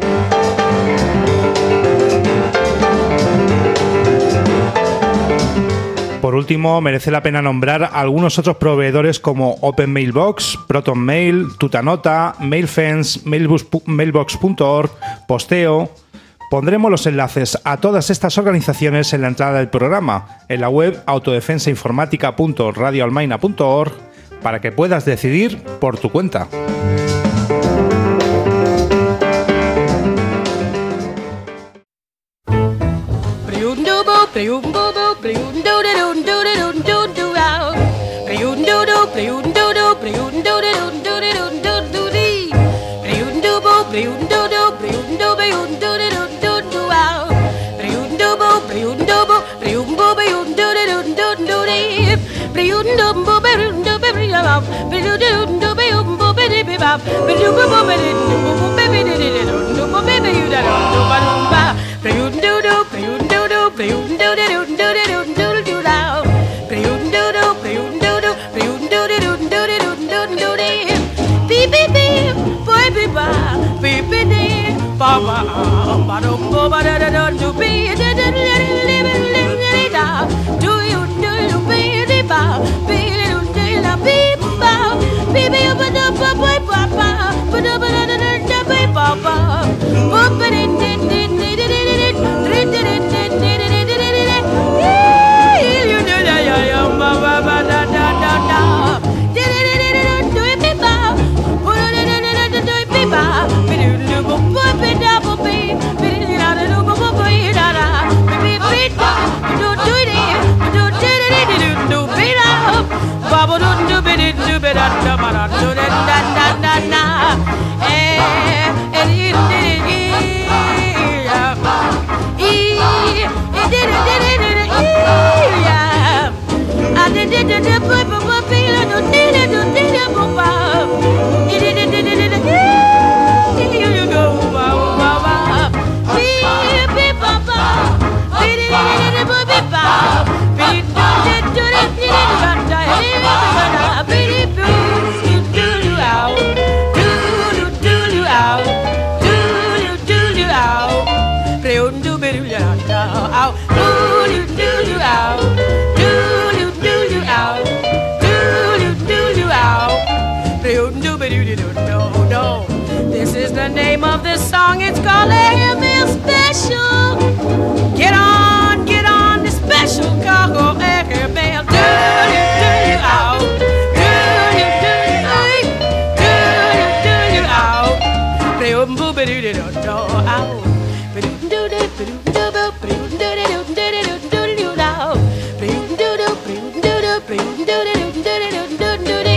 Por último, merece la pena nombrar algunos otros proveedores como OpenMailbox, ProtonMail, Tutanota, MailFence, Mailbox punto org, Posteo. Pondremos los enlaces a todas estas organizaciones en la entrada del programa, en la web autodefensainformática punto radio almaina punto org, para que puedas decidir por tu cuenta. This is the name of this song, it's called A M S Special. Get on, get on the special cargo air mail. Do you, do you out? Do you, do you out? Do you, do you out? Play um boo ba doo doo doo out. Ba doo doo doo ba doo doo doo ba doo doo doo doo doo doo doo out. Ba doo doo doo ba doo doo doo ba doo doo doo doo doo doo doo.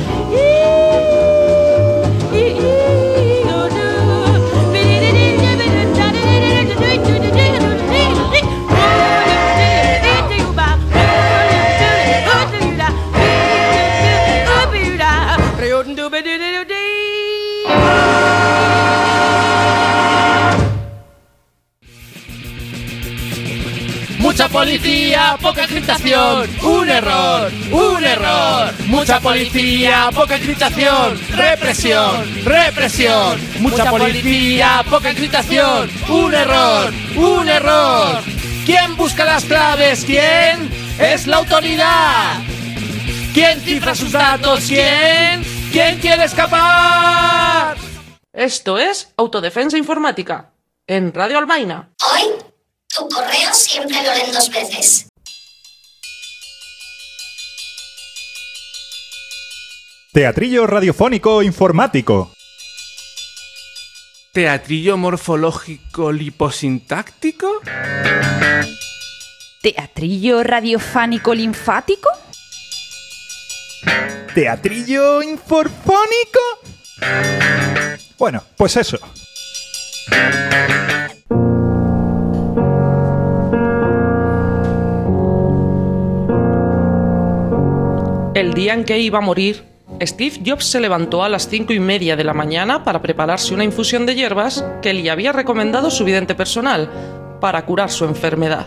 Mucha policía, poca encriptación, un error, un error. Mucha policía, poca encriptación, represión, represión. Mucha policía, poca encriptación, un error, un error. ¿Quién busca las claves? ¿Quién? Es la autoridad. ¿Quién cifra sus datos? ¿Quién? ¿Quién quiere escapar? Esto es Autodefensa Informática, en Radio Almaina. Hoy, tu correo siempre lo leen dos veces. Teatrillo radiofónico informático. ¿Teatrillo morfológico liposintáctico? ¿Teatrillo radiofánico linfático? ¿Teatrillo inforfónico? Bueno, pues eso. El día en que iba a morir, Steve Jobs se levantó a las cinco y media de la mañana para prepararse una infusión de hierbas que le había recomendado su vidente personal para curar su enfermedad.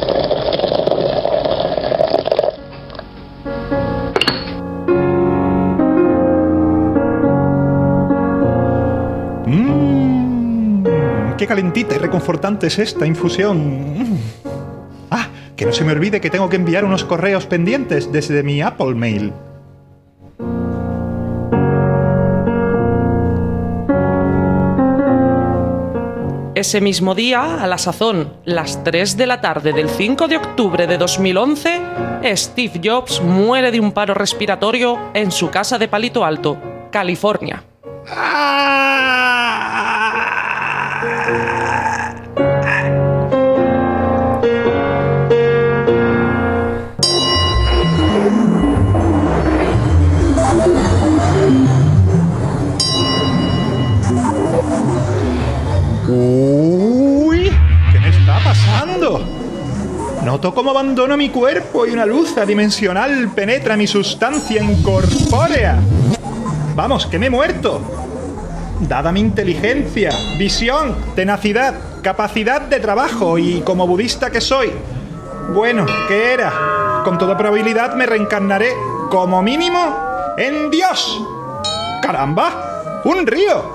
Mmm, qué calentita y reconfortante es esta infusión. Mm. Ah, que no se me olvide que tengo que enviar unos correos pendientes desde mi Apple Mail. Ese mismo día, a la sazón, las tres de la tarde del cinco de octubre de dos mil once, Steve Jobs muere de un paro respiratorio en su casa de Palito Alto, California. ¡Uy! ¿Qué me está pasando? Noto cómo abandono mi cuerpo y una luz adimensional penetra mi sustancia incorpórea. Vamos, que me he muerto. Dada mi inteligencia, visión, tenacidad, capacidad de trabajo y como budista que soy, bueno, ¿qué era? Con toda probabilidad me reencarnaré, como mínimo, en Dios. ¡Caramba! ¡Un río!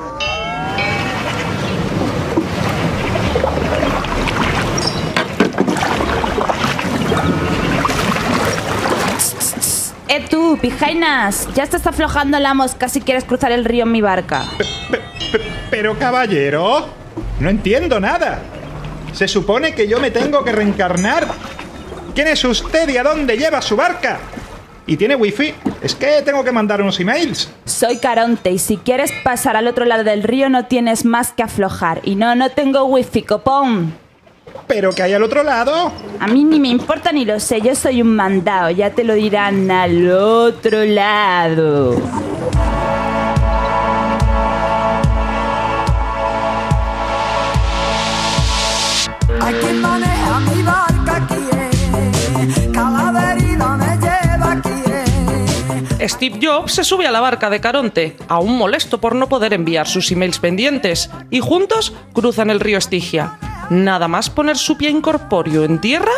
Eh tú, pijainas, ya estás aflojando la mosca si quieres cruzar el río en mi barca. P- p- pero caballero, no entiendo nada. Se supone que yo me tengo que reencarnar. ¿Quién es usted y a dónde lleva su barca? ¿Y tiene wifi? Es que tengo que mandar unos emails. Soy Caronte y si quieres pasar al otro lado del río no tienes más que aflojar. Y no, no tengo wifi, copón. ¿Pero qué hay al otro lado? A mí ni me importa ni lo sé, yo soy un mandado, ya te lo dirán al otro lado. Hay quien maneja mi barca, ¿quién? Cada deriva me lleva, ¿quién? Steve Jobs se sube a la barca de Caronte, aún molesto por no poder enviar sus emails pendientes, y juntos cruzan el río Estigia. Nada más poner su pie incorpóreo en tierra.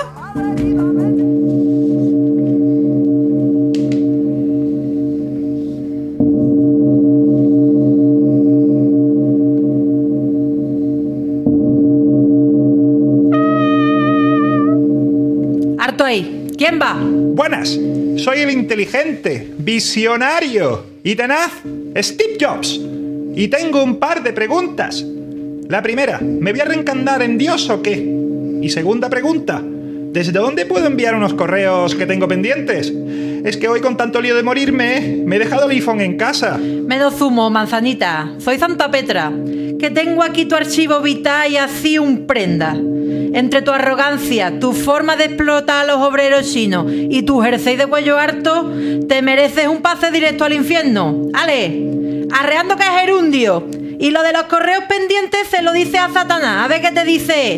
Harto ahí. ¿Quién va? Buenas, soy el inteligente, visionario y tenaz Steve Jobs. Y tengo un par de preguntas. La primera, ¿me voy a reencarnar en Dios o qué? Y segunda pregunta, ¿desde dónde puedo enviar unos correos que tengo pendientes? Es que hoy con tanto lío de morirme, me he dejado el iPhone en casa. Menos zumo, manzanita. Soy Santa Petra, que tengo aquí tu archivo vital y así un prenda. Entre tu arrogancia, tu forma de explotar a los obreros chinos y tu jersey de cuello harto, te mereces un pase directo al infierno. ¡Ale! Arreando que es gerundio. Y lo de los correos pendientes se lo dice a Satanás. A ver qué te dice.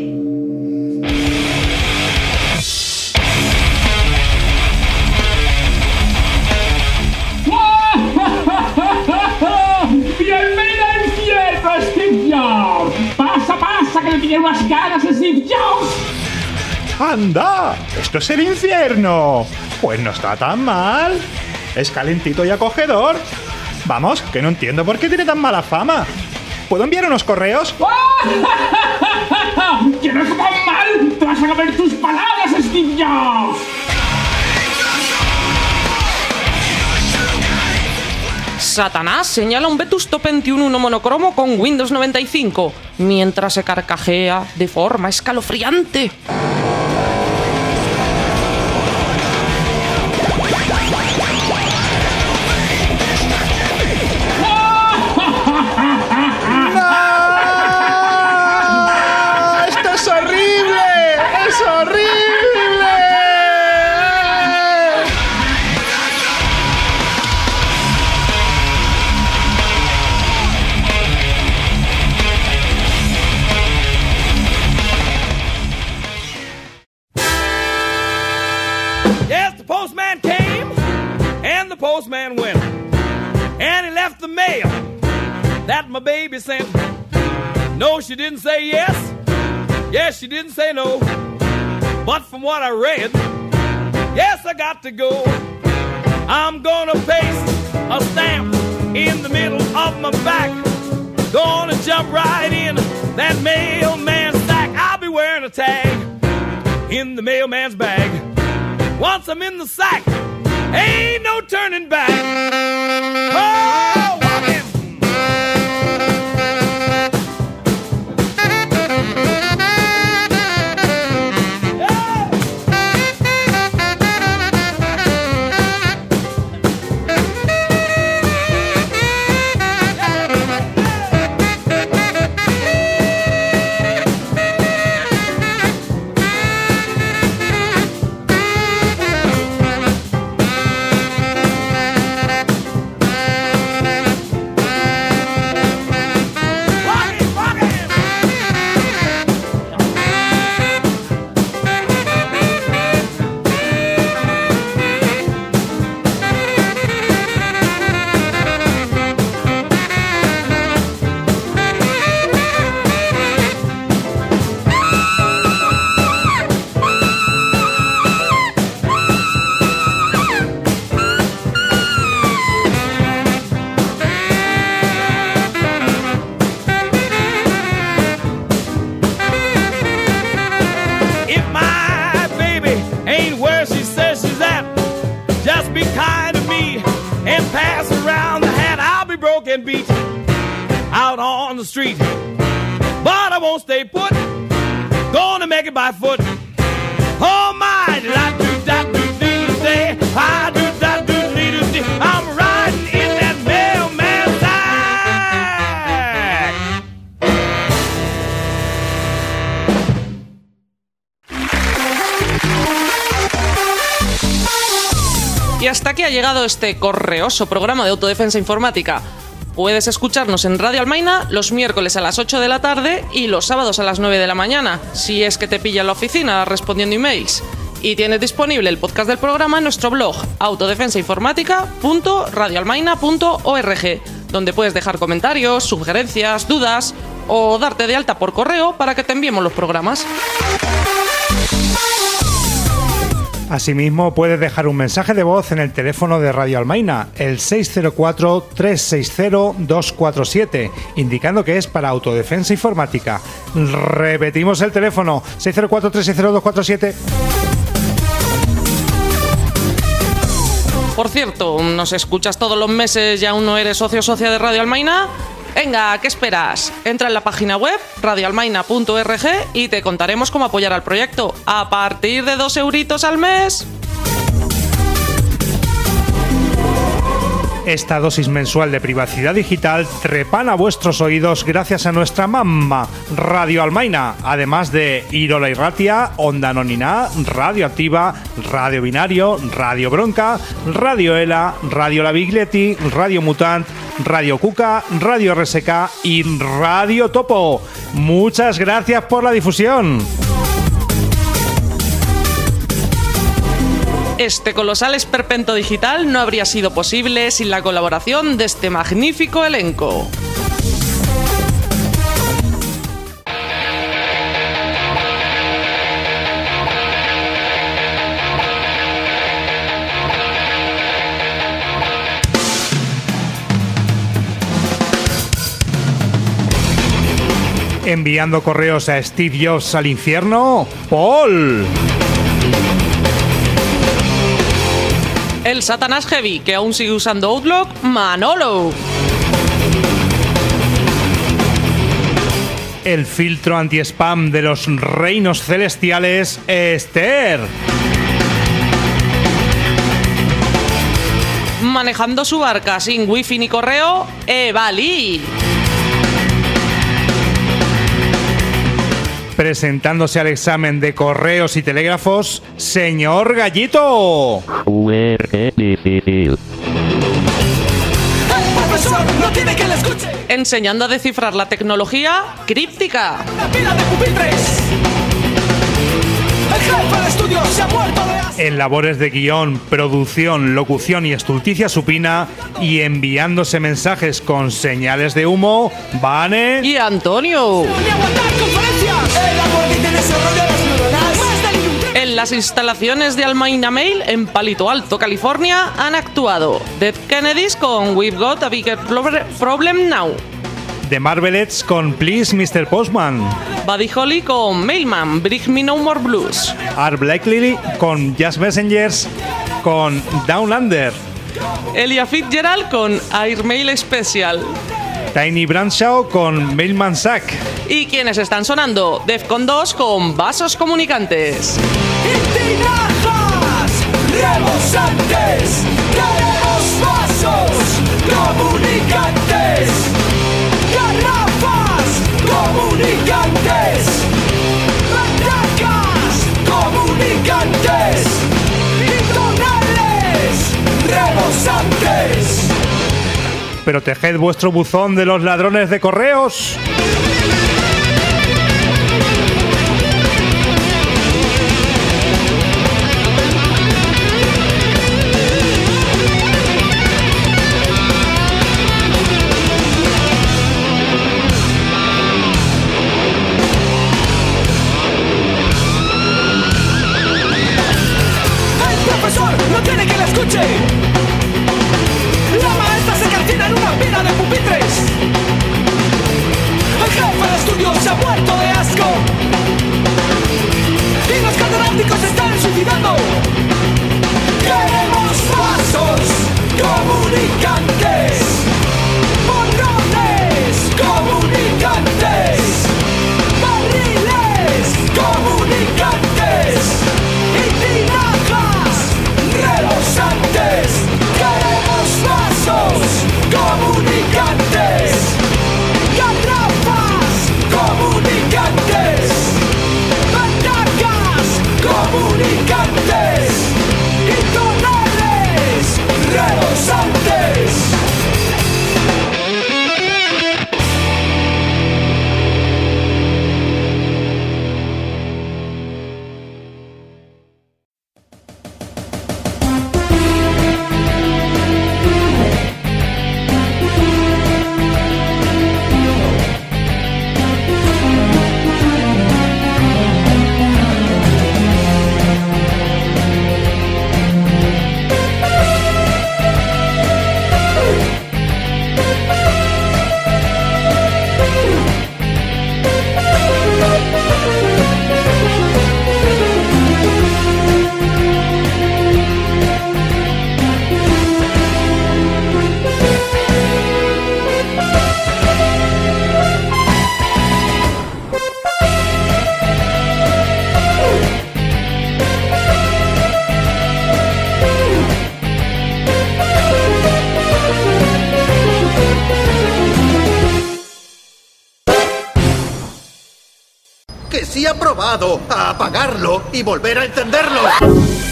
¡Bienvenido al infierno, Steve Jobs! ¡Pasa, pasa, que me tiene unas ganas, Steve Jobs! ¡Anda! ¡Esto es el infierno! Pues no está tan mal. Es calentito y acogedor. Vamos, que no entiendo por qué tiene tan mala fama. ¿Puedo enviar unos correos? ¡Que no está tan mal! ¡Te vas a comer tus palabras, Steve Jobs! Satanás señala un Vetusto veintiuno uno monocromo con Windows noventa y cinco, mientras se carcajea de forma escalofriante. Yes, the postman came and the postman went, and he left the mail that my baby sent. No, she didn't say yes. Yes, she didn't say no. But from what I read, yes, I got to go. I'm gonna paste a stamp in the middle of my back. Gonna jump right in that mailman's sack. I'll be wearing a tag in the mailman's bag. Once I'm in the sack, ain't no turning back. Oh, walking. Beat out on the street, but I won't stay put. Gonna make it by foot. Oh my, did I do that do dee day? I do that do dee dee. I'm riding in that mailman's sack. Y hasta aquí ha llegado este correoso programa de autodefensa informática. Puedes escucharnos en Radio Almaina los miércoles a las ocho de la tarde y los sábados a las nueve de la mañana, si es que te pilla en la oficina respondiendo emails. Y tienes disponible el podcast del programa en nuestro blog autodefensainformática punto radioalmaina punto org, donde puedes dejar comentarios, sugerencias, dudas o darte de alta por correo para que te enviemos los programas. Asimismo, puedes dejar un mensaje de voz en el teléfono de Radio Almaina, el seis cero cuatro, tres seis cero, dos cuatro siete, indicando que es para autodefensa informática. Repetimos el teléfono, seis cero cuatro, tres seis cero, dos cuatro siete. Por cierto, ¿nos escuchas todos los meses y aún no eres socio o socia de Radio Almaina? Venga, ¿qué esperas? Entra en la página web radioalmaina punto org y te contaremos cómo apoyar al proyecto a partir de dos euritos al mes. Esta dosis mensual de privacidad digital trepan a vuestros oídos gracias a nuestra mamma, Radio Almaina, además de Irola y Ratia, Onda Nonina, Radio Activa, Radio Binario, Radio Bronca, Radio Ela, Radio La Biglietti, Radio Mutant, Radio Cuca, Radio R S K y Radio Topo. Muchas gracias por la difusión. Este colosal esperpento digital no habría sido posible sin la colaboración de este magnífico elenco. Enviando correos a Steve Jobs al infierno, Paul. El Satanás Heavy, que aún sigue usando Outlook, Manolo. El filtro anti-spam de los reinos celestiales, Esther. Manejando su barca sin wifi ni correo, Evali. Presentándose al examen de correos y telégrafos, señor Gallito. Uy, qué difícil. El profesor no tiene que le escuche. Enseñando a descifrar la tecnología críptica. La pila de pupitres. El jefe de estudio se ha muerto de asco. En labores de guión, producción, locución y estulticia supina y enviándose mensajes con señales de humo, Vane y Antonio. En las instalaciones de Almaina Mail en Palito Alto, California, han actuado Dead Kennedys con We've Got a Bigger Problem Now, The Marvelettes con Please mister Postman, Buddy Holly con Mailman, Bring Me No More Blues, Art Blakely con Jazz Messengers con Down Under, Ella Fitzgerald con Airmail Special, Tiny Bradshaw con Mailman Sack. ¿Y quiénes están sonando? Defcon dos con Vasos Comunicantes. ¡Tinajas rebosantes! ¡Queremos vasos comunicantes! ¡Garrafas comunicantes! ¡Bandacas comunicantes! ¡Y tonales rebosantes! Proteged vuestro buzón de los ladrones de correos. El profesor no tiene que la escuche. La maestra se calcina en una pila de pupitres. El jefe de estudio se ha muerto de asco. Y los catedráticos se están suicidando. Queremos vasos comunicantes. Borrones comunicantes. Barriles comunicantes. Y tinajas rebosantes. Queremos vasos comunicantes. Garrafas comunicantes. Bandacas comunicantes. Y tonales rebosantes. Que sí ha probado a apagarlo y volver a encenderlo.